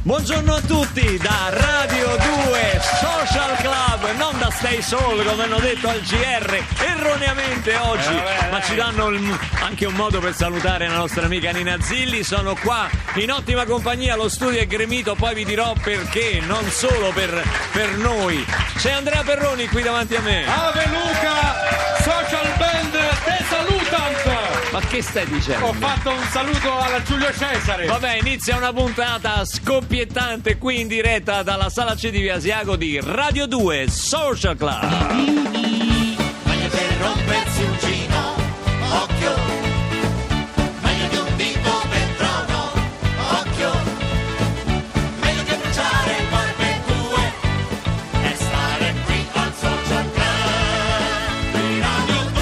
Buongiorno a tutti da Radio 2 Social Club, non da Stay Soul come hanno detto al GR erroneamente oggi, ma ci danno anche un modo per salutare la nostra amica Nina Zilli. Sono qua in ottima compagnia, lo studio è gremito, poi vi dirò perché, non solo per noi. C'è Andrea Perroni qui davanti a me. Ave Luca, Social Band, te salutant! Ma che stai dicendo? Ho fatto un saluto alla Giulio Cesare. Vabbè, inizia una puntata scoppiettante qui in diretta dalla Sala C di Via Asiago di Radio 2 Social Club. Meglio per rompersi un gino, occhio. Meglio di un dito per trono, occhio. Meglio che bruciare il barbecue e stare qui al Social Club di Radio 2.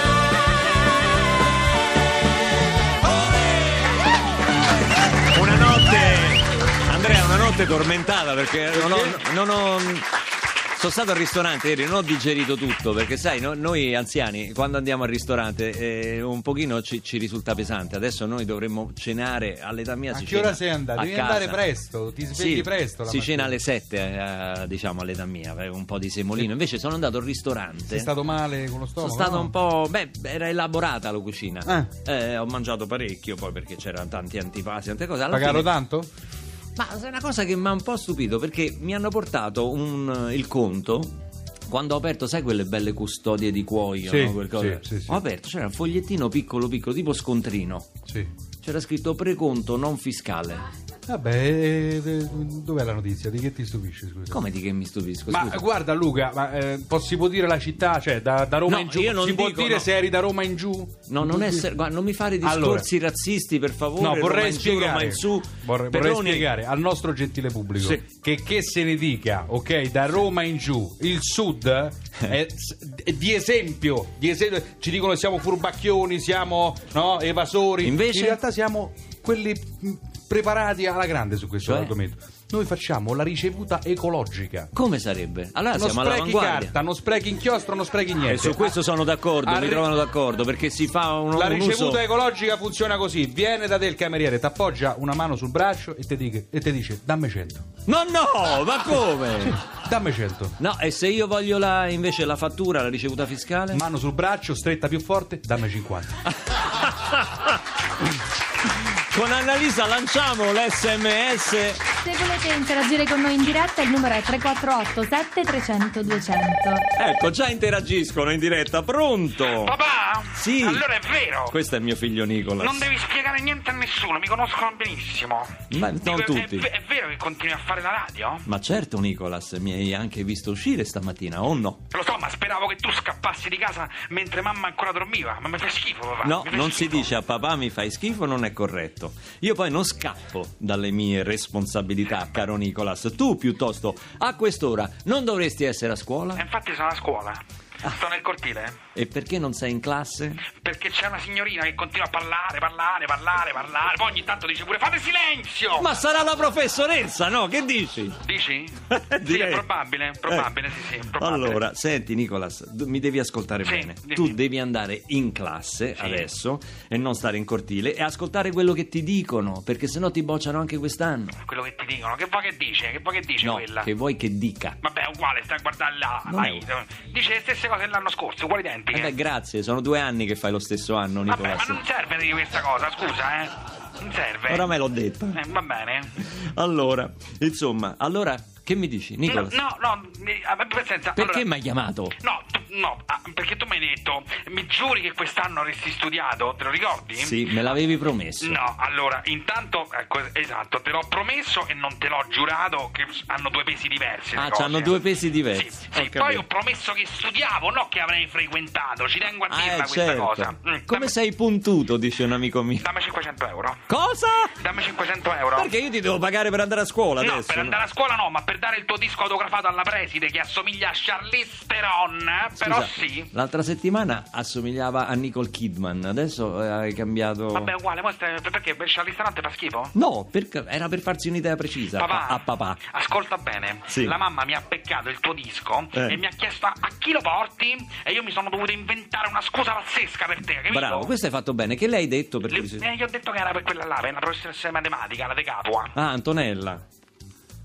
Una notte, Andrea, una notte tormentata perché non ho sono stato al ristorante ieri, non ho digerito tutto perché sai, noi anziani quando andiamo al ristorante un pochino ci risulta pesante. Adesso noi dovremmo cenare all'età mia. A che ora sei andato? Devi andare presto, ti svegli presto la si mattina. cena alle 7 diciamo all'età mia, un po' di semolino. Invece sono andato al ristorante. Sei stato male con lo stomaco? Sono stato no? un po', era elaborata la cucina. Ah. Ho mangiato parecchio poi perché c'erano tanti antipasti, tante cose. Alla Pagato fine- tanto? Ma è una cosa che mi ha un po' stupito perché mi hanno portato il conto quando ho aperto, sai quelle belle custodie di cuoio, Sì, no? Quel coso. sì. Ho aperto, c'era un fogliettino piccolo tipo scontrino, Sì. c'era scritto preconto non fiscale. Vabbè, dov'è la notizia? Di che ti stupisci, scusa? Come di che mi stupisco? Ma Scusa. guarda Luca, si può dire la città, cioè da Roma No, in giù? io non Si può dico, dire no. se eri da Roma in giù? No, guarda, non mi fare discorsi razzisti, per favore. No, vorrei Roma in giù, spiegare, Roma in su. vorrei Perroni- spiegare al nostro gentile pubblico Sì. che se ne dica, ok, da Roma in giù, il sud è di esempio, ci dicono che siamo furbacchioni, siamo evasori, Invece? in realtà siamo quelli preparati alla grande su questo Cioè? argomento. Noi facciamo la ricevuta ecologica. Come sarebbe? Allora Non siamo sprechi all'avanguardia. carta, non sprechi inchiostro, non sprechi niente. E su questo sono d'accordo, mi trovano d'accordo, perché si fa un La uso. ricevuta ecologica funziona così: viene da te il cameriere, ti appoggia una mano sul braccio e ti dice dammi 100. No, ma come? Dammi 100. No, e se io voglio invece la fattura, la ricevuta fiscale? Mano sul braccio, stretta più forte, dammi 50. Con Annalisa lanciamo l'SMS. Se volete interagire con noi in diretta il numero è 348 7300 200. Ecco, già interagiscono in diretta. Pronto? Papà? Sì. Allora è vero. Questo è il mio figlio Nicolas. Non devi spiegare niente a nessuno, mi conoscono benissimo. Ma non Dico, tutti. È vero che continui a fare la radio? Ma certo, Nicolas, mi hai anche visto uscire stamattina, o no? Lo so, ma speravo che tu scappassi di casa mentre mamma ancora dormiva. Ma mi fai schifo, papà. No, mi fai non si schifo. dice a papà mi fai schifo, non è corretto. Io poi non scappo dalle mie responsabilità, caro Nicolas. Tu piuttosto a quest'ora non dovresti essere a scuola? Infatti sono a scuola. Sto nel cortile. E perché non sei in classe? Perché c'è una signorina che continua a parlare. Poi ogni tanto dice pure fate silenzio. Ma sarà la professoressa, no? Che dici? Dici? Sì, Direi. è probabile, sì, probabile. Allora, senti Nicolas, mi devi ascoltare Sì, bene. dimmi. Tu devi andare in classe Sì. adesso e non stare in cortile e ascoltare quello che ti dicono, perché sennò ti bocciano anche quest'anno. Quello che ti dicono, che vuoi che dice? Che vuoi che dice No, quella? che vuoi che dica. Vabbè, è uguale, stai a guardare là. Non è Dice le stesse cose dell'anno scorso, uguali identiche. Beh, grazie, sono 2 anni che fai lo stesso anno, Vabbè, Nicolas. ma non serve di questa cosa, scusa, Non serve. Ora me l'ho detta. Va bene. Allora, insomma, che mi dici, Nicolas? No, senza. Perché allora, mi hai chiamato? Perché tu mi hai detto, mi giuri che quest'anno avresti studiato, te lo ricordi? Sì, me l'avevi promesso. No, allora, intanto, esatto, te l'ho promesso e non te l'ho giurato, che hanno due pesi diversi. le cose. hanno 2 pesi diversi. Sì, Ho poi capito. ho promesso che studiavo, no che avrei frequentato, ci tengo a dirla questa certo. cosa. Come sei puntuto, dice un amico mio. Dammi 500 euro. Cosa? Dammi 500 euro. Perché io ti devo pagare per andare a scuola No, adesso? per andare a scuola no, ma per dare il tuo disco autografato alla preside che assomiglia a Charlize Theron, però Scusa, sì. l'altra settimana assomigliava a Nicole Kidman, adesso hai cambiato. Vabbè, uguale, perché per Charlize Theron ti fa schifo? No, era per farsi un'idea precisa. A papà. Ascolta bene, Sì. la mamma mi ha beccato il tuo disco e mi ha chiesto a chi lo porti e io mi sono dovuto inventare una scusa pazzesca per te, capito? Bravo, questo hai fatto bene. Che le hai detto? Per Gli ho detto che era per quella là, per la professoressa di matematica, la De Capua. Ah, Antonella.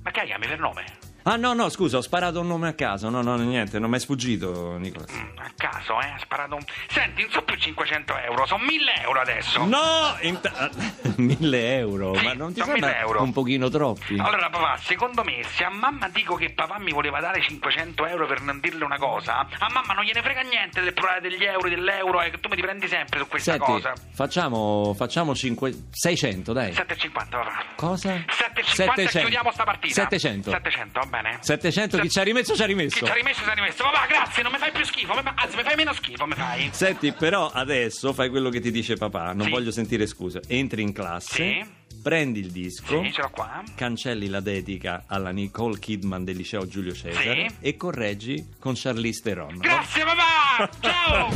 Ma che chiami per nome? Ah no, scusa, ho sparato un nome a caso. No, niente, non mi è sfuggito, Nicola. A caso, ha sparato un... Senti, non so più 500 euro, sono 1000 euro adesso. No! 1000 euro, Sì, ma non ti sono sembra 1000 euro. un pochino troppi? Allora papà, secondo me se a mamma dico che papà mi voleva dare 500 euro per non dirle una cosa, a mamma non gliene frega niente del problema degli euro, dell'euro, che tu mi ti prendi sempre su questa Senti, cosa. facciamo 600, dai. 7,50 papà. Cosa? 7,50 e chiudiamo sta partita. 700. 700, va bene? 700 chi ci ha rimesso, ci ha rimesso. Chi ci ha rimesso, ci ha rimesso. Papà, grazie, non mi fai più schifo, anzi mi fai meno schifo, mi fai. Senti, però adesso fai quello che ti dice papà, non Sì. voglio sentire scuse. Entri in classe, Sì. prendi il disco, Sì, ce l'ho qua. cancelli la dedica alla Nicole Kidman del liceo Giulio Cesare Sì. e correggi con Charlize Theron. Grazie papà, ciao.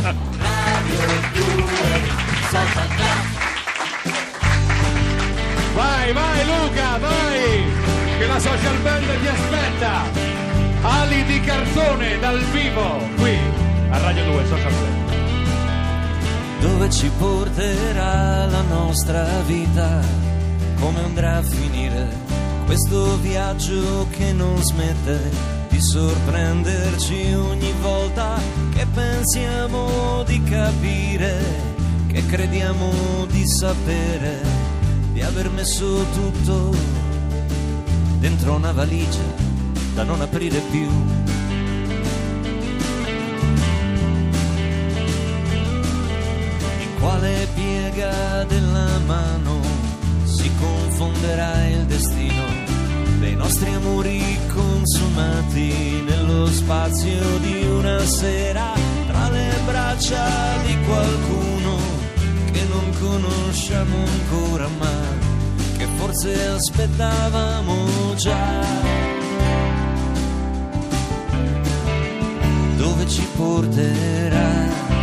Vai Luca, vai! Che la social band ti aspetta! Ali di cartone dal vivo, qui a Radio 2 Social Band. Dove ci porterà la nostra vita, come andrà a finire questo viaggio che non smette di sorprenderci ogni volta che pensiamo di capire, che crediamo di sapere, di aver messo tutto dentro una valigia da non aprire più. Quale piega della mano si confonderà il destino dei nostri amori consumati nello spazio di una sera tra le braccia di qualcuno che non conosciamo ancora ma che forse aspettavamo già. Dove ci porterà?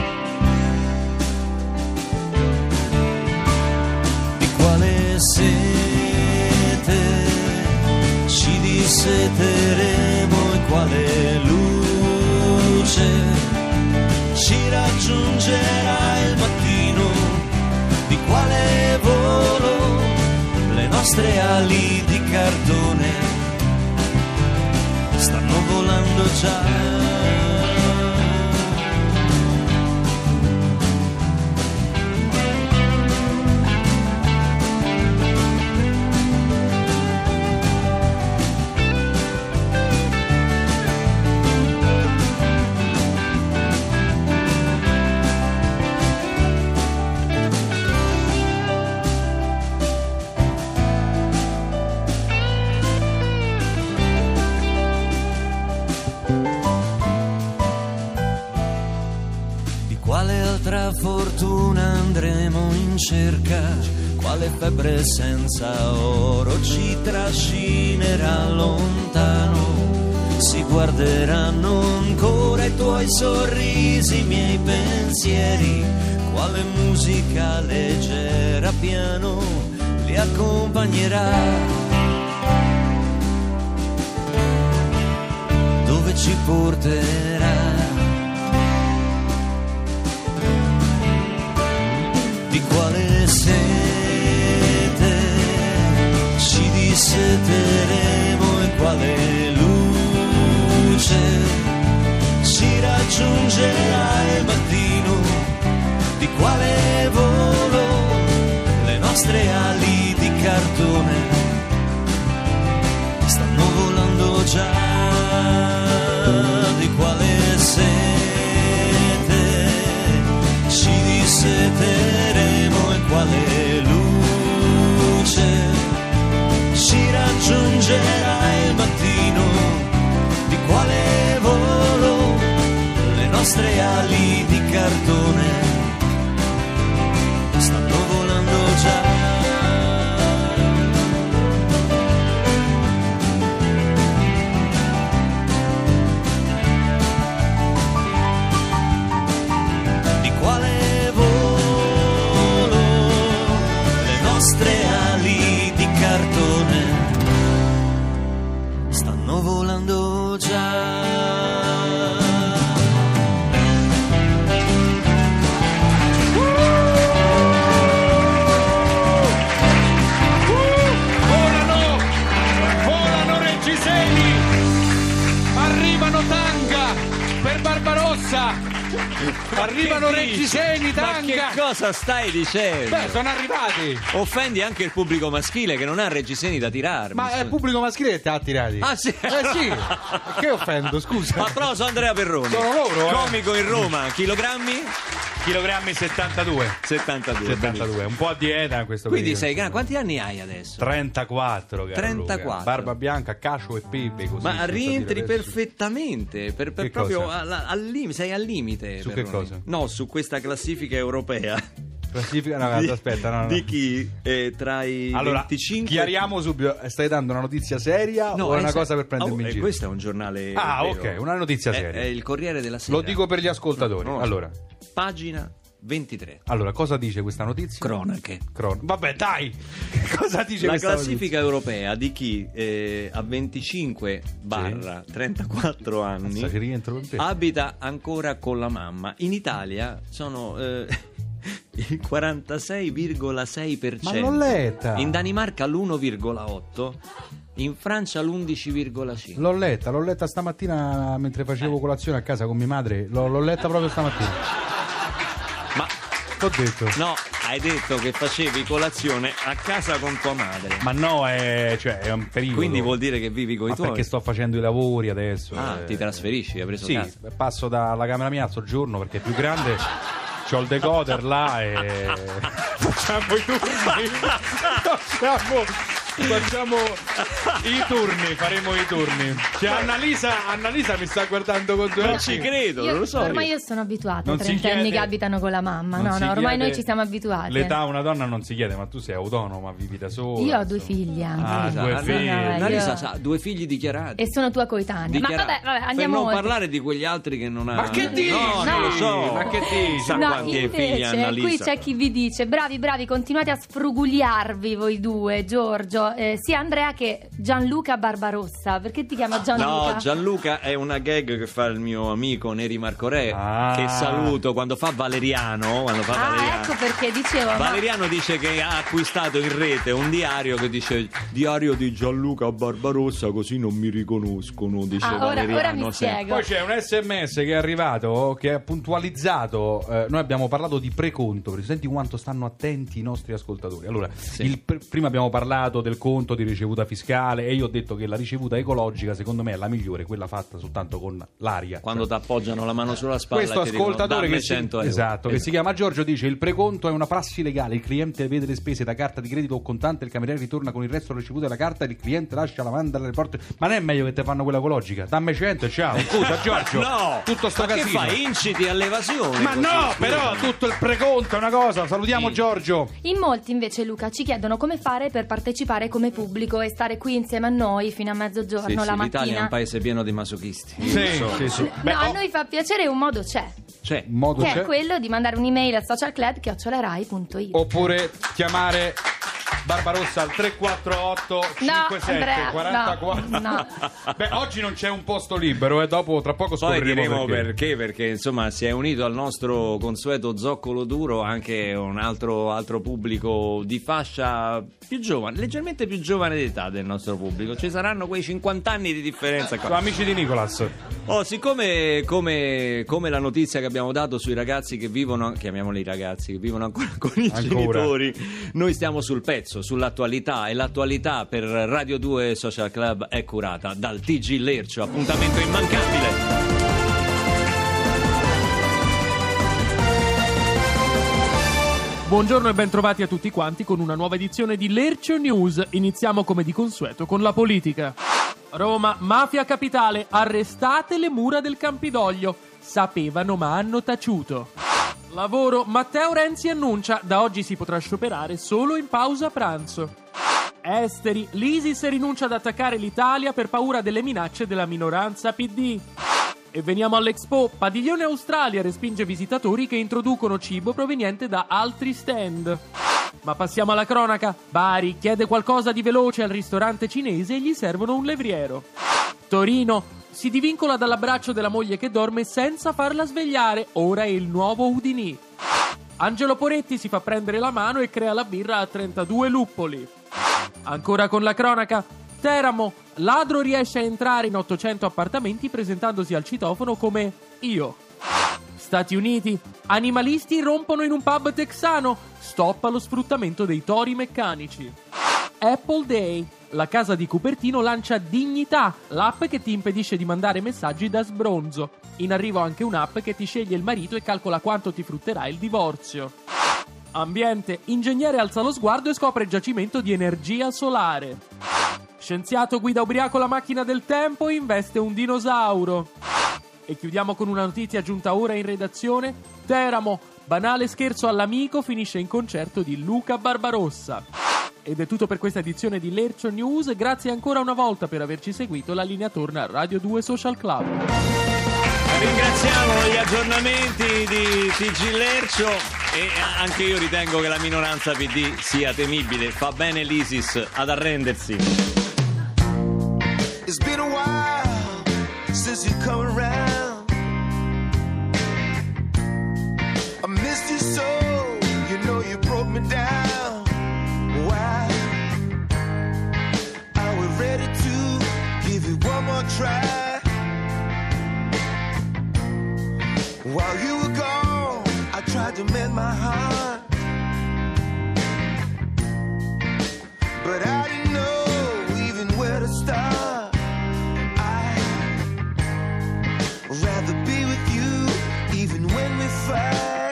Sete ci disseteremo e quale luce ci raggiungerà il mattino, di quale volo le nostre ali di cartone stanno volando già. Quale altra fortuna andremo in cerca? Quale febbre senza oro ci trascinerà lontano? Si guarderanno ancora i tuoi sorrisi, i miei pensieri. Quale musica leggera piano li accompagnerà? Dove ci porterà? Di quale sete ci disseteremo e quale luce ci raggiungerà il mattino, di quale volo le nostre ali di cartone stanno volando già, di quale sete ci disseteremo e quale luce ci raggiungerà il mattino, di quale volo le nostre ali di cartone stanno volando già. Arrivano che dici? reggiseni, Ma tanga. che cosa stai dicendo? Beh, sono arrivati. Offendi anche il pubblico maschile che non ha reggiseni da tirarmi. Ma è il pubblico maschile che ti ha tirati. Ah sì? Sì. Che offendo, scusa. Applauso Andrea Perroni. Sono loro, Comico in Roma. Chilogrammi? Chilogrammi 72. 72. 72, un po' a dieta in questo Quindi periodo. sei grande. Quanti anni hai adesso? 34, caro 34. Luca. Barba bianca, cacio e pepe così. Ma senza rientri dire adesso. perfettamente, per Che proprio cosa? sei al limite. Su che Perroni. cosa? No, su questa classifica europea. Classifica, no, aspetta, no. Di chi? Tra i Allora, 25 chiariamo subito, stai dando una notizia seria o è una cosa per prendermi in giro? Questo è un giornale Ah, vero. ok, una notizia seria. È il Corriere della Sera. Lo dico per gli ascoltatori. No, Allora, pagina 23. allora, cosa dice questa notizia? Cronache. Vabbè, dai! Cosa dice La questa classifica europea di chi a 25-34 anni Mazza, ci rientro per te. abita ancora con la mamma. In Italia sono il 46,6%. Ma l'ho letta! In Danimarca l'1,8%. In Francia l'11,5%. L'ho letta stamattina mentre facevo colazione a casa con mia madre. L'ho letta proprio stamattina. Ma T'ho detto. no, hai detto che facevi colazione a casa con tua madre. Ma no, è un pericolo. Quindi vuol dire che vivi con i Ma tuoi? perché sto facendo i lavori adesso. Ah, ti trasferisci, hai preso Sì, casa. passo dalla camera mia a soggiorno perché è più grande. C'ho il decoder là e facciamo i turni. Facciamo i turni, faremo i turni. Cioè Annalisa mi sta guardando con due Non occhi. ci credo, non lo so. Ormai io sono abituata Non ai si trentenni chiede- che abitano con la mamma. Non No, si no, ormai chiede- noi ci siamo abituati. L'età a una donna non si chiede, ma tu sei autonoma, vivi da sola. Io ho due insomma. figli anche. Ah, due Annalisa- figli. Annalisa io- sa, 2 figli dichiarati. E sono tua coetanea. Ma Dichiarati. vabbè, andiamo per non oltre. parlare di quegli altri che non hanno. Ma che dici? No, non lo so. Ma che dici? Sa No, quanti figli ha invece Annalisa? qui c'è chi vi dice bravi, continuate a sfrugugliarvi voi due, Giorgio, sia Andrea che Gianluca Barbarossa. Perché ti chiama Gianluca? No, Gianluca è una gag che fa il mio amico Neri Marco Re, Ah. che saluto quando fa Valeriano. Ecco perché dicevo. ma- Valeriano dice che ha acquistato in rete un diario che dice diario di Gianluca Barbarossa, così non mi riconoscono, dice Valeriano. ora mi sempre. spiego. Poi c'è un SMS che è arrivato che ha puntualizzato. Noi abbiamo parlato di preconto, perché senti quanto stanno attenti i nostri ascoltatori. Allora, prima abbiamo parlato del conto di ricevuta fiscale e io ho detto che la ricevuta ecologica secondo me è la migliore, quella fatta soltanto con l'aria. Quando ti appoggiano la mano sulla spalla Questo e ti dicono, ascoltatore "Dammi che 100 euro". esatto, che si chiama Giorgio dice: il preconto è una prassi legale, il cliente vede le spese da carta di credito o contante, il cameriere ritorna con il resto ricevuto della carta e il cliente lascia la manda alle porte. Ma non è meglio che te fanno quella ecologica? Dammi 100 e ciao. Scusa Giorgio. No, tutto sto ma che casino. fai? Inciti all'evasione. Ma così, no, scusa. però tutto il preconto è una cosa. Salutiamo Sì. Giorgio. In molti invece, Luca, ci chiedono come fare per partecipare come pubblico e stare qui insieme a noi fino a mezzogiorno Sì, la sì, l'Italia è mattina. un paese pieno di masochisti. Io Sì, lo so. sì, sì. No, Beh, a noi fa piacere e un modo c'è, Cioè, modo che c'è. è quello di mandare un'email a socialclub@rai.it. Oppure chiamare Barbarossa al 348 57 Andrea, 44. no. Beh, oggi non c'è un posto libero, dopo tra poco poi scopriremo diremo perché. perché insomma si è unito al nostro consueto zoccolo duro anche un altro pubblico di fascia più giovane, leggermente più giovane d'età del nostro pubblico. Ci saranno quei 50 anni di differenza Sono qua. amici di Nicolas. Oh, siccome come la notizia che abbiamo dato sui ragazzi che vivono, chiamiamoli ragazzi, che vivono ancora con i genitori, noi stiamo sul pezzo, sull'attualità, e l'attualità per Radio 2 Social Club è curata dal TG Lercio, appuntamento immancabile. Buongiorno e bentrovati a tutti quanti con una nuova edizione di Lercio News. Iniziamo come di consueto con la politica. Roma, mafia capitale, arrestate le mura del Campidoglio. Sapevano ma hanno taciuto. Lavoro, Matteo Renzi annuncia, da oggi si potrà scioperare solo in pausa pranzo. Esteri, l'ISIS rinuncia ad attaccare l'Italia per paura delle minacce della minoranza PD. E veniamo all'Expo. Padiglione Australia respinge visitatori che introducono cibo proveniente da altri stand. Ma passiamo alla cronaca. Bari chiede qualcosa di veloce al ristorante cinese e gli servono un levriero. Torino si divincola dall'abbraccio della moglie che dorme senza farla svegliare. Ora è il nuovo Udinì. Angelo Poretti si fa prendere la mano e crea la birra a 32 luppoli. Ancora con la cronaca. Teramo, ladro riesce a entrare in 800 appartamenti presentandosi al citofono come io. Stati Uniti, animalisti rompono in un pub texano, stop allo sfruttamento dei tori meccanici. Apple Day, la casa di Cupertino lancia Dignità, l'app che ti impedisce di mandare messaggi da sbronzo. In arrivo anche un'app che ti sceglie il marito e calcola quanto ti frutterà il divorzio. Ambiente, ingegnere alza lo sguardo e scopre giacimento di energia solare. Scienziato guida ubriaco la macchina del tempo e investe un dinosauro. E chiudiamo con una notizia giunta ora in redazione. Teramo, banale scherzo all'amico finisce in concerto di Luca Barbarossa. Ed è tutto per questa edizione di Lercio News. Grazie ancora una volta per averci seguito. La linea torna a Radio 2 Social Club. Ringraziamo gli aggiornamenti di TG Lercio e anche io ritengo che la minoranza PD sia temibile. Fa bene l'ISIS ad arrendersi. It's been a while since you come around. I missed you so, you know you broke me down. Why? I was ready to give you one more try. While you were gone, I tried to mend my heart, but I didn't know even where to start. I'd rather be with you even when we fight.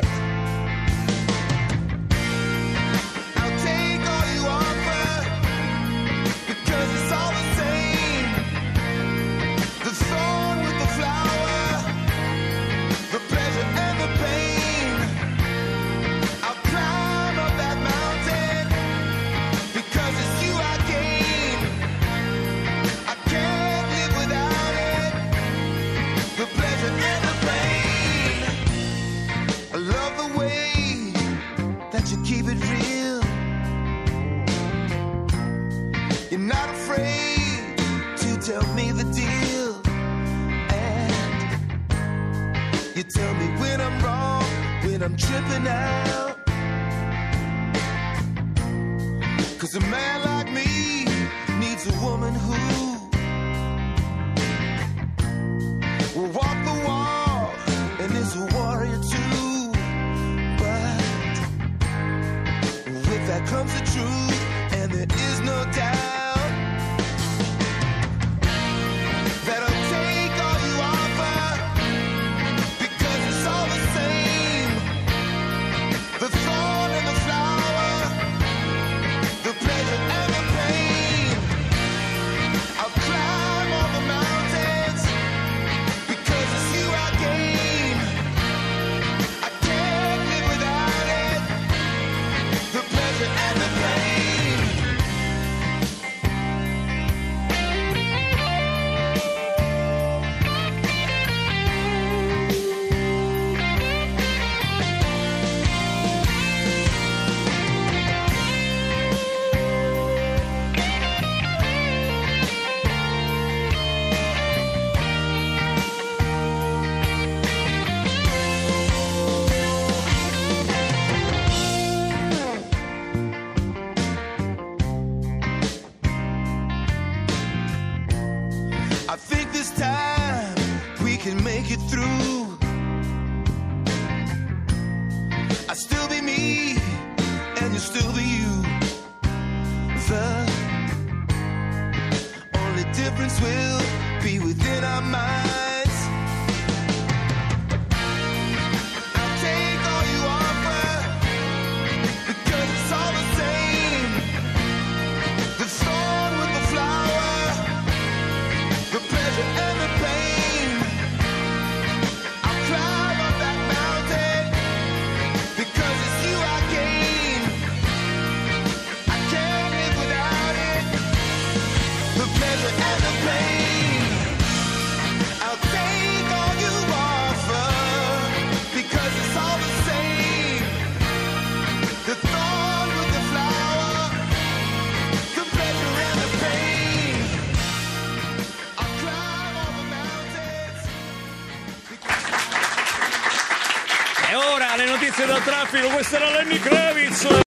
I'll take all you offer because it's all the same. The thorn with the flower, the pleasure and the pain. I'll climb up that mountain because it's you I gain. I can't live without it, the pleasure and the pain. I love the way that you keep it real. You're not afraid to tell me the deal, and you tell me when I'm wrong, when I'm tripping out. 'Cause a man like me needs a woman who will walk the walk and is a warrior too. But with that comes the truth, and there is no doubt that I'll take all you offer because it's all the same. The thorn and the flower, the pleasure and the pain. I'll climb all the mountains because it's you I gain. I can't live without it, the pleasure and the pain. I think this time we can make it through. I'll still be me and you'll still be you. The only difference will be within our minds. I'll take all you offer because it's all the same. The thorn with the flower, the pleasure and the pain. I'll climb up that mountain because it's you I gain. I can't live without it, the pleasure and the pain. I'll take all you offer because it's all the same. The thorn with the flower, the pleasure and the pain. I'll climb all the mountains. E ora le notizie dal traffico, questa era Lenny Kravitz.